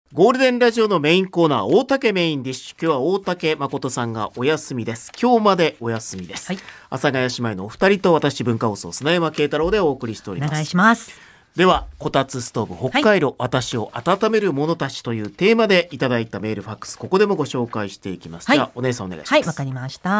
ゴールデンラジオのメインコーナー、大竹メインディッシュ。今日は大竹誠さんがお休みです。今日までお休みです。阿佐ヶ谷姉妹のお二人と私、文化放送砂山慶太郎でお送りしております。 お願いします。 では、こたつストーブ北海道、私を温める者たちというテーマでいただいたメールファックス、ここでもご紹介していきます。じゃあお姉さんお願いします。 はい、わかりました。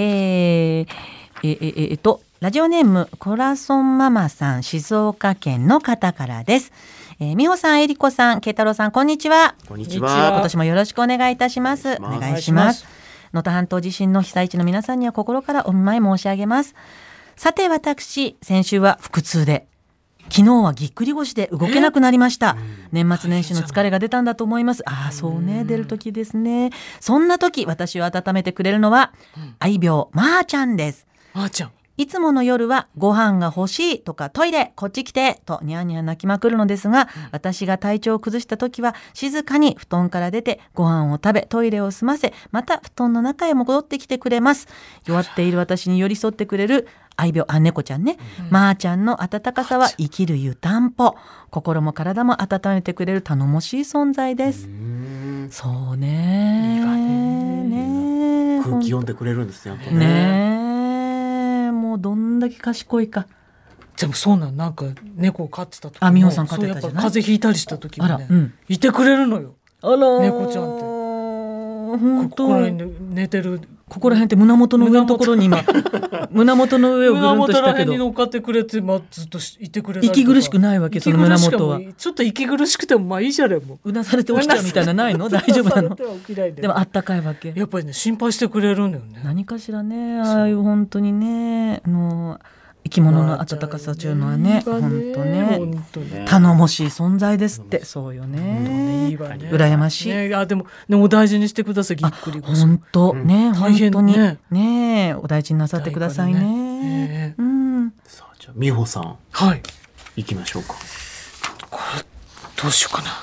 ラジオネームコラソンママさん、静岡県の方からです。美穂さん、えりこさん、慶太郎さん、こんにちは。 こんにちは。 今年もよろしくお願いいたします。お願いします。能登半島地震の被災地の皆さんには心からお見舞い申し上げます。さて私、先週は腹痛で、昨日はぎっくり腰で動けなくなりました。年末年始の疲れが出たんだと思います。そうね、出る時ですね。そんな時、私を温めてくれるのは、愛病まーちゃんです。 まーちゃん、 いつもの夜はご飯が欲しいとかトイレこっち来てとニャンニャン泣きまくるのですが、私が体調を崩した時は静かに布団から出てご飯を食べトイレを済ませ、また布団の中へ戻ってきてくれます。弱っている私に寄り添ってくれる愛病猫ちゃんね、まーちゃんの温かさは生きる湯たんぽ。心も体も温めてくれる頼もしい存在です。そうね、 いいわね。 空気読んでくれるんですよね。もうどんだけ賢いか。 でもそうなんか猫を飼ってた時も、美穂さん飼ってたじゃない。 そうやっぱ風邪ひいたりした時もね、いてくれるのよ。猫ちゃんって本当。 ここら辺で寝てる。 ここら辺って胸元の上のところに今胸元の上をぐるんとしたけど、 胸元ら辺に乗っかってくれて、ずっといてくれたりとか。 息苦しくないわけ、その胸元は。 ちょっと息苦しくてもいいじゃねもうなされて起きちゃうみたいなないの？大丈夫なの？でもあったかいわけ。 やっぱりね、心配してくれるんだよね。 何かしらね、ああいう本当にね、生き物の温かさというのはね、本当ね、頼もしい存在ですって。そうよね。 いいわね。 羨ましい。 でもお大事にしてください。ぎっくり腰。 本当ね、 大変本当にね、お大事になさってくださいね。 さあ、じゃあ美穂さん、行きましょうか。 これどうしようかな。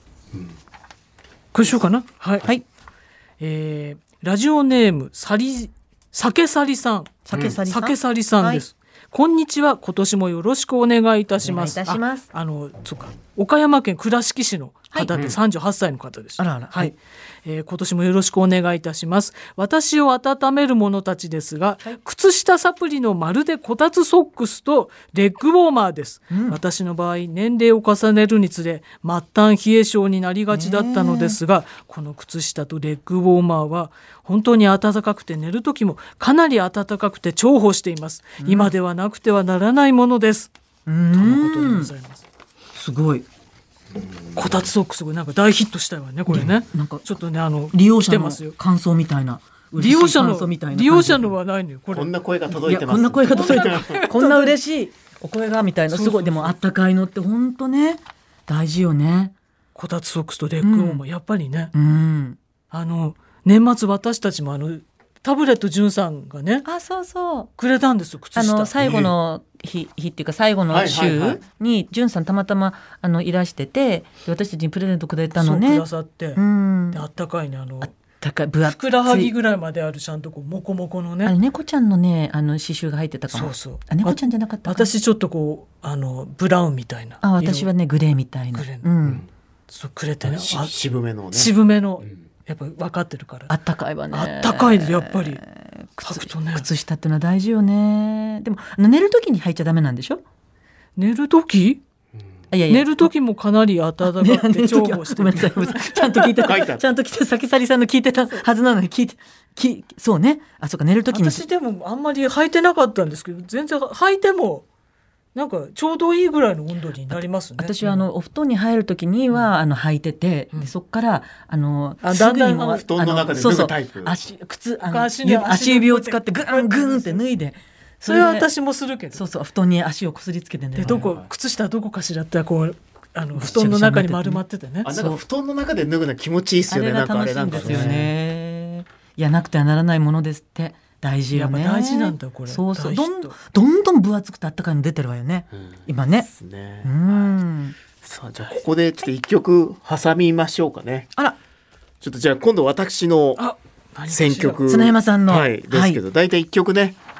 これしようかな。はい。ラジオネーム酒さりさん。酒さりさんです。こんにちは。今年もよろしくお願いいたします。そうか。岡山県倉敷市の方で38歳の方でした。今年もよろしくお願いいたします。私を温める者たちですが、靴下サプリのまるでこたつソックスとレッグウォーマーです。私の場合、年齢を重ねるにつれ末端冷え性になりがちだったのですが、この靴下とレッグウォーマーは本当に暖かくて、寝る時もかなり暖かくて重宝しています。今ではなくてはならないものです。とのことでございます。 すごい。 こたつソックスなんか大ヒットしたよね、これね。なんかちょっとね、 利用者の感想みたいな。 利用者のはないのよ。 こんな声が届いてます。 こんな声が届いてます。こんな嬉しいお声がみたいな。すごい。でもあったかいのって本当ね、大事よね。 こたつソックスとレッグウォーマー、やっぱりね。年末私たちもタブレットじゅんさんがね、くれたんですよ、靴下。 最後の日っていうか最後の週にじゅんさんたまたまいらしてて、私たちにプレゼントくれたのね。 くださって、であったかいね、ふくらはぎぐらいまであるちゃんとモコモコのね。 猫ちゃんのね刺繍が入ってたかも。猫ちゃんじゃなかったか。 私ちょっとブラウンみたいな。 私はねグレーみたいな。 そうくれてね。 渋めのね。 渋めの。やっぱ分かってるから。 あったかいわね。 あったかいでやっぱり。 靴下ってのは大事よね。でも寝る時に履いちゃダメなんでしょ？ 寝る時？寝る時もかなり暖かくて重宝してる。 ごめんなさい。ちゃんと聞いてた。ちゃんと来て酒さりさんの聞いてたはずなのにそうね。そうか、寝る時に。 私でもあんまり履いてなかったんですけど、全然履いてもなんかちょうどいいぐらいの温度になりますね。 私はお布団に入る時には履いてて、でそっからすぐにも布団の中で脱ぐタイプ。 足指を使ってグングンって脱いで。 それは私もするけど。 そう布団に足をこすりつけてね。 で靴下どこかしらって布団の中に丸まっててね。 なんか布団の中で脱ぐの気持ちいいですよね。 あれが楽しいんですよね。いや、なくてはならないものですって。大事よね。 やっぱ大事なんだこれ。 そうどんどん分厚くてあったかいの出てるわよね。今ね。 さあ、じゃあここでちょっと一曲挟みましょうかね。ちょっとじゃあ今度私の選曲砂山さんのですけど、大体一曲ね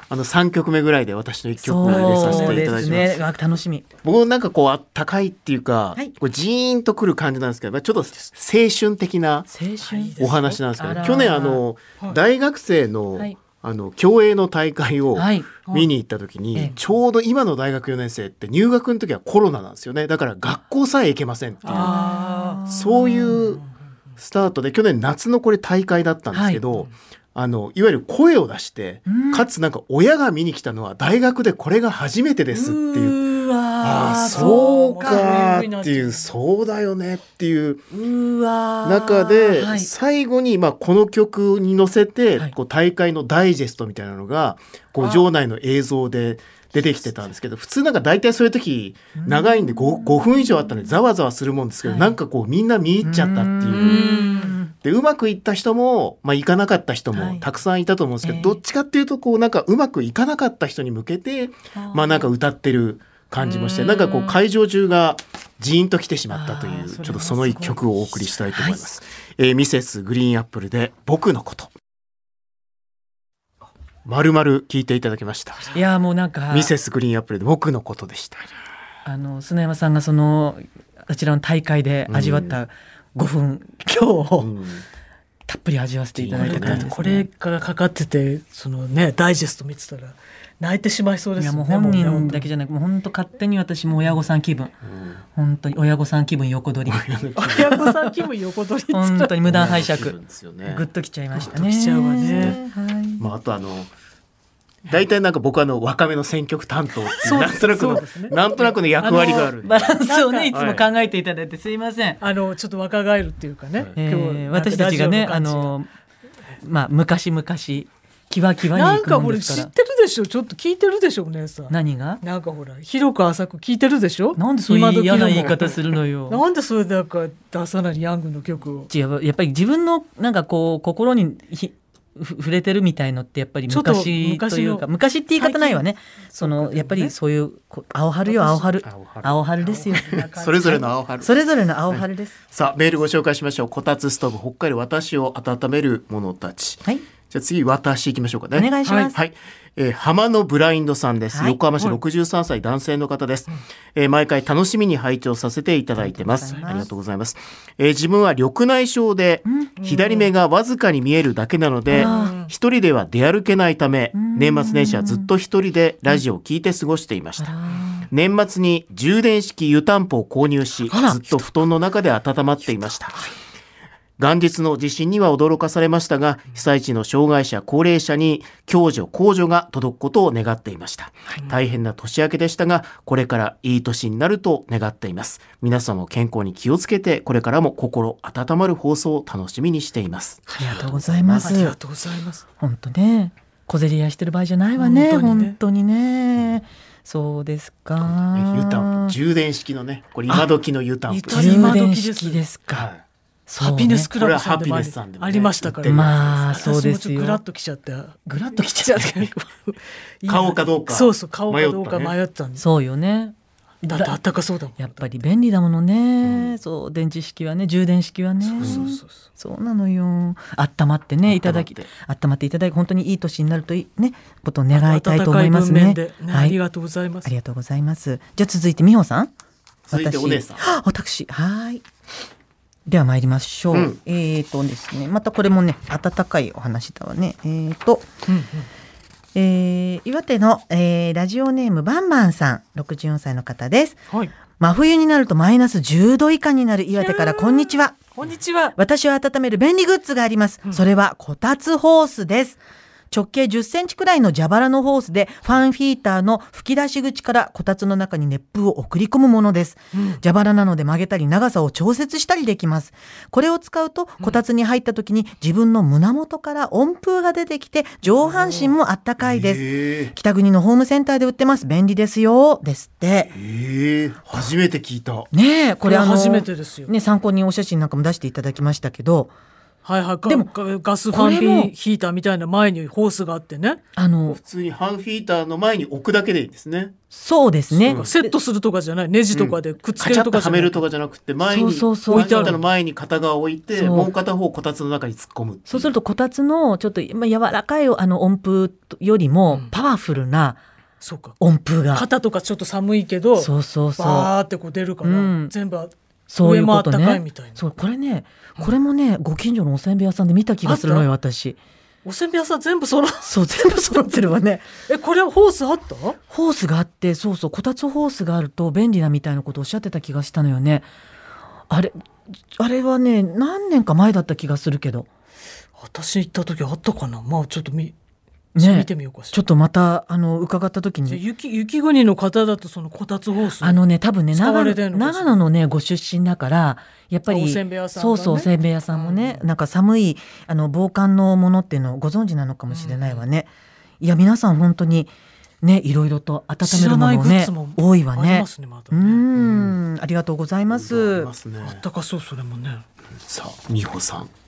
3曲目ぐらいで私の1曲を入れさせていただきます。そうですね、 楽しみ。 僕なんかこうあったかいっていうか、 はい、 こうジーンとくる感じなんですけど、ちょっと青春的なお話なんですけど、去年大学生の、競泳の大会を見に行った時に、ちょうど今の大学4年生って入学の時はコロナなんですよね。だから学校さえ行けませんっていう、そういうスタートで、去年夏のこれ大会だったんですけど、いわゆる声を出して、かつなんか親が見に来たのは大学でこれが初めてですっていう、そうかっていう、そうだよねっていう中で、最後にこの曲に乗せてこう大会のダイジェストみたいなのがこう場内の映像で出てきてたんですけど、普通なんか大体そういう時長いんで 5分以上あったのでざわざわするもんですけど、なんかこうみんな見入っちゃったっていう。でうまくいった人も、いかなかった人もたくさんいたと思うんですけど、どっちかっていうとこうなんかうまくいかなかった人に向けてなんか歌ってる感じもして、なんかこう会場中がジーンと来てしまったという、ちょっとその一曲をお送りしたいと思います。ミセスグリーンアップルで僕のこと。丸々聞いていただきました。 いやもうなんかミセスグリーンアップルで僕のことでした。 砂山さんがあちらの大会で味わった5分今日を、たっぷり味わわせていただいて、 これがかかっててダイジェスト見てたら泣いてしまいそうですよね。 もう本人だけじゃなく、もう本当勝手に私も親御さん気分、本当に親御さん気分横取り親御さん気分横取り本当に無断拝借グッときちゃいましたね。 グッときちゃうわね。 あと大体なんか僕若めの選曲担当っていうなんとなくの役割があるバランスをねいつも考えていただいてすいません。 ちょっと若返るっていうかね、 私たちがね昔々キワキワに行くもんですから。 なんか知ってるでしょ、ちょっと聞いてるでしょお姉さん。 何が？ なんかほら広く浅く聞いてるでしょ。 なんでそういう嫌な言い方するのよ。 なんでそれだか出さないヤングの曲を。 やっぱり自分のなんかこう心に触れてるみたいのってやっぱり昔というか、昔って言い方ないわね。やっぱりそういう青春よ、青春ですよ。 それぞれの青春、 それぞれの青春です。 さあメールご紹介しましょう。こたつストーブ北海道私を温める者たち。じゃあ次私行きましょうかね。 お願いします。 浜のブラインドさんです。横浜市63歳男性の方です。毎回楽しみに拝聴させていただいてます。ありがとうございます。自分は緑内障で左目がわずかに見えるだけなので、一人では出歩けないため、年末年始はずっと一人でラジオを聞いて過ごしていました。年末に充電式湯たんぽを購入し、ずっと布団の中で温まっていました。元日の地震には驚かされましたが、被災地の障害者高齢者に共助公助が届くことを願っていました。大変な年明けでしたが、これからいい年になると願っています。皆さんも健康に気をつけて、これからも心温まる放送を楽しみにしています。 ありがとうございます。 ありがとうございます。 本当ね、小競り合いしてる場合じゃないわね。本当にね。そうですか。 湯たんぽ、充電式のね、これ今時の湯たんぽ。 充電式ですか。 ハピネスクラブさんでもありましたから。 そうですよ。 グラッときちゃって。 買おうかどうか。 そう買おうかどうか迷ったんです。 そうよね。 だってあったかそうだもん。 やっぱり便利だものね。そう電池式はね、充電式はね。そうなのよ。温まっていただき、本当にいい年になるといいねことを願いたいと思いますね。 ありがとうございます。 ありがとうございます。じゃあ続いて美穂さん。 続いてお姉さん。 私はい。では参りましょう。ですね、またこれもね温かいお話だわね。岩手の、ラジオネームバンバンさん、64歳の方です。真冬になるとマイナス10度以下になる岩手からこんにちは。 こんにちは。 私を温める便利グッズがあります。それはこたつホースです。直径10センチくらいの蛇腹のホースでファンヒーターの吹き出し口からこたつの中に熱風を送り込むものです。蛇腹なので曲げたり長さを調節したりできます。これを使うとこたつに入った時に自分の胸元から温風が出てきて上半身もあったかいです。北国のホームセンターで売ってます。便利ですよですって。 初めて聞いた。 ねえ、これ初めてですよ。 ね、参考にお写真なんかも出していただきましたけど、 はいはい、でもガスファンヒーターみたいな前にホースがあってね、 普通にファンヒーターの前に置くだけでいいですね。 そうですね。 セットするとかじゃない、ネジとかでくっつけるとかじゃない、カチャッとはめるとかじゃなくて、前に置いてあるの前に片側置いて、もう片方こたつの中に突っ込む。 そうするとこたつのちょっと柔らかい音符よりもパワフルな音符が、 肩とかちょっと寒いけどバーってこう出るから、全部上もあったかいみたいな。 そうこれね、これもね、ご近所のおせんべい屋さんで見た気がするのよ、私。 おせんべい屋さん全部揃ってるわね。 これはホースあった？ ホースがあって、そうそう、こたつホースがあると便利なみたいなことをおっしゃってた気がしたのよね。あれはね、何年か前だった気がするけど。 私行った時あったかな。ちょっと見てみようかしら。 ちょっとまた伺った時に、 雪国の方だとそのこたつホース多分ね、長野のねご出身だから、やっぱりおせんべい屋さんがね、そうおせんべい屋さんもね、なんか寒い防寒のものっていうのをご存知なのかもしれないわね。いや、皆さん本当にね、いろいろと温めるものね多いわね。ありがとうございます。 あったかそう、それもね。 さあ、美穂さん、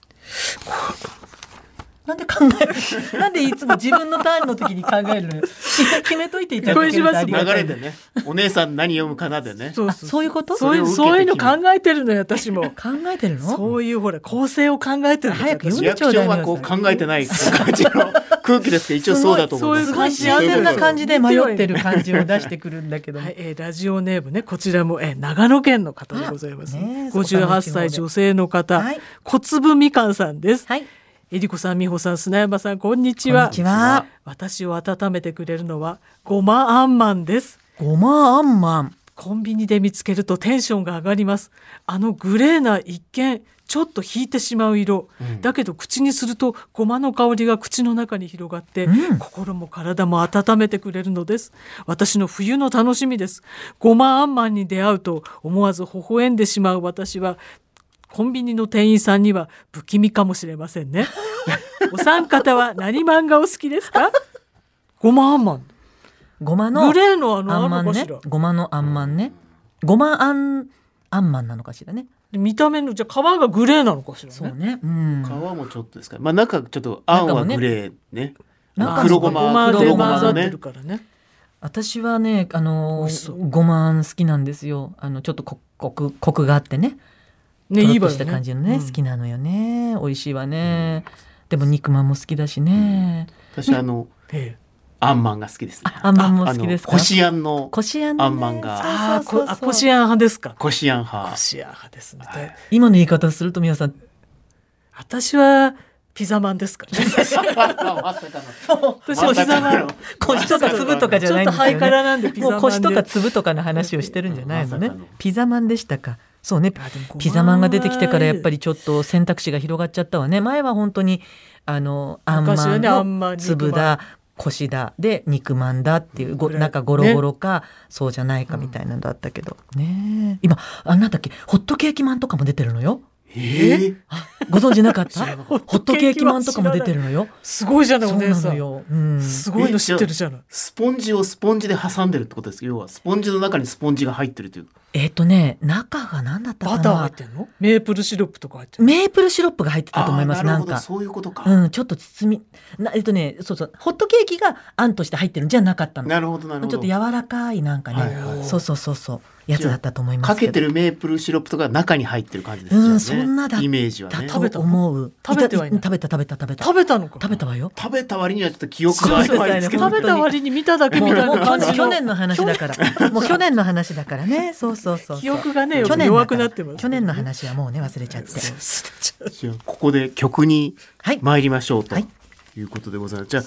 なんでなんでいつも自分のターンの時に考えるのよ。決めといていただけるとありがたい。 流れでね、お姉さん何読むかなでね。 そういうこと？ そういうの考えてるのよ、私も。 考えてるの？ そういうほら構成を考えてるの。 早く読んでちょうだい。リアクションはこう考えてない感じの空気ですけど、一応そうだと思います。 すごい幸せな感じで迷ってる感じを出してくるんだけど、 ラジオネームね、こちらも長野県の方でございます。58歳女性の方、小粒みかんさんです。えりこさん、みほさん、砂山さん、こんにちは。私を温めてくれるのはごまあんまんです。 ごまあんまん、 コンビニで見つけるとテンションが上がります。グレーな一見ちょっと引いてしまう色、だけど口にするとごまの香りが口の中に広がって、心も体も温めてくれるのです。私の冬の楽しみです。ごまあんまんに出会うと思わず微笑んでしまう私は、コンビニの店員さんには不気味かもしれませんね。お三方は何漫画お好きですか？ごまあんまん、 ごまのグレーのあんまんね、 ごまのあんまんね、ごまあんまんなのかしらね。 見た目のじゃあ皮がグレーなのかしらね。 そうね、 皮もちょっとですか、中ちょっとあんはグレーね、黒ごまで混ざってるからね。 私はね、ごまあん好きなんですよ。ちょっとコクがあってね、とろっとした感じのね、好きなのよね。美味しいわね。でも肉まんも好きだしね。 私あんまんが好きですね。 あんまんも好きですか？ こしあんのあんまんが。 こしあん派ですか？ こしあん派。 こしあん派ですね。 今の言い方すると皆さん、 私はピザマンですからね。私はピザマン。 腰とか粒とかじゃないんですよね。 ちょっとハイカラなんでピザマンで。 もう腰とか粒とかの話をしてるんじゃないのね。ピザマンでしたか。そうね、ピザマンが出てきてからやっぱりちょっと選択肢が広がっちゃったわね。前は本当にあんまんの粒だ、腰だで肉まんだっていうなんかゴロゴロか、そうじゃないかみたいなのだったけどね。今なんだっけ、ホットケーキマンとかも出てるのよ。ご存知なかった？ホットケーキマンとかも出てるのよ。 すごいじゃない、お姉さん。 そうなのよ。 すごいの知ってるじゃない。 スポンジをスポンジで挟んでるってことです。要はスポンジの中にスポンジが入ってるという。 中が何だったかな。 バター入ってんの？メープルシロップとか入ってる。 メープルシロップが入ってたと思います。なんかそういうことか。 ちょっと包みそうホットケーキがあんとして入ってるんじゃなかったの。 なるほどなるほど。 ちょっと柔らかいなんかね、そうやつだったと思いますけど。 かけてるメープルシロップとか中に入ってる感じですよね。 そんなだったイメージはね。 と思う。 食べてはいない。 食べたのか。 食べたわよ。 食べた割にはちょっと記憶がないですけど。 食べた割に見ただけみたいな感じの。 去年の話だから。もう去年の話だからね。そう。 記憶がね弱くなってます。 去年の話はもうね忘れちゃって。 ここで曲に参りましょうということでございます。じゃあ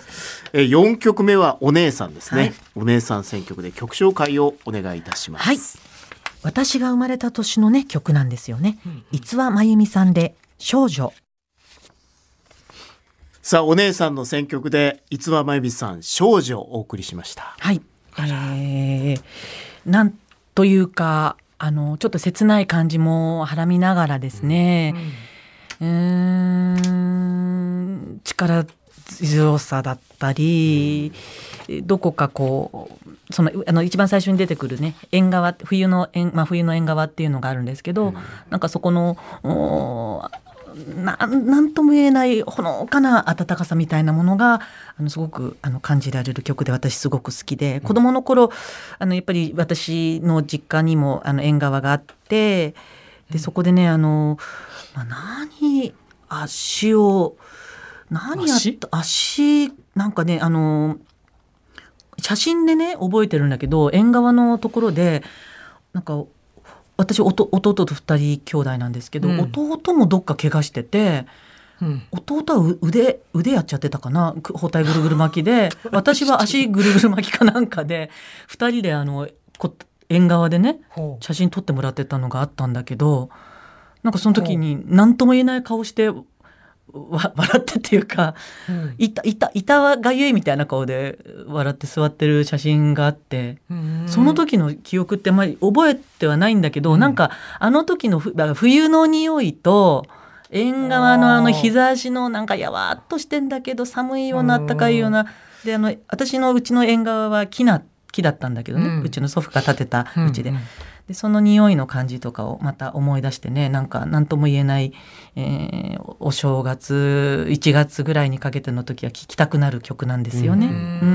4曲目はお姉さんですね。お姉さん選曲で曲紹介をお願いいたします。 私が生まれた年のね曲なんですよね。逸話真由美さんで少女。 さあお姉さんの選曲で逸話真由美さん少女をお送りしました。 なんというかちょっと切ない感じもはらみながらですね、力強さだったり、どこかこう一番最初に出てくるね縁側、冬の縁側っていうのがあるんですけど、なんかそこのなんとも言えないほのかな温かさみたいなものがすごく感じられる曲で、私すごく好きで、子供の頃やっぱり私の実家にも縁側があって、でそこでね足なんかね写真でね覚えてるんだけど、縁側のところでなんか私弟と2人兄弟なんですけど、弟もどっか怪我してて、弟は腕やっちゃってたかな、包帯ぐるぐる巻きで私は足ぐるぐる巻きかなんかで2人で縁側でね写真撮ってもらってたのがあったんだけど、なんかその時に何とも言えない顔して笑ってっていうか、板がゆいみたいな顔で笑って座ってる写真があって、その時の記憶ってあまり覚えてはないんだけど、なんか時の冬の匂いと縁側の日差しのなんかやわっとしてんだけど寒いような暖かいようなで、うちの縁側は木だったんだけどね、うちの祖父が建てたうちで。でその匂いの感じとかをまた思い出してね、なんとも言えない、お正月1月ぐらいにかけての時は聴きたくなる曲なんですよね。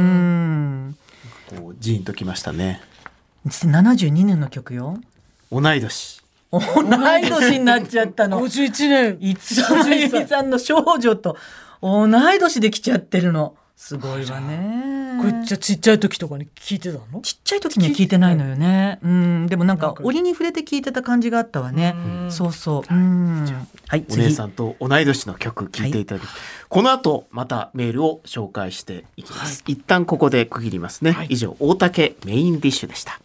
こうジーンときましたね。 72年の曲よ。 同い年になっちゃったの。 51年五輪由美さんの少女と同い年で来ちゃってるの。すごいわね。 これじゃちっちゃい時とかに聞いてたの？ ちっちゃい時には聞いてないのよね。でもなんか折に触れて聞いてた感じがあったわね。そうそう。はい、 お姉さんと同い年の曲聞いていただき、この後またメールを紹介していきます。一旦ここで区切りますね。以上、大竹メインディッシュでした。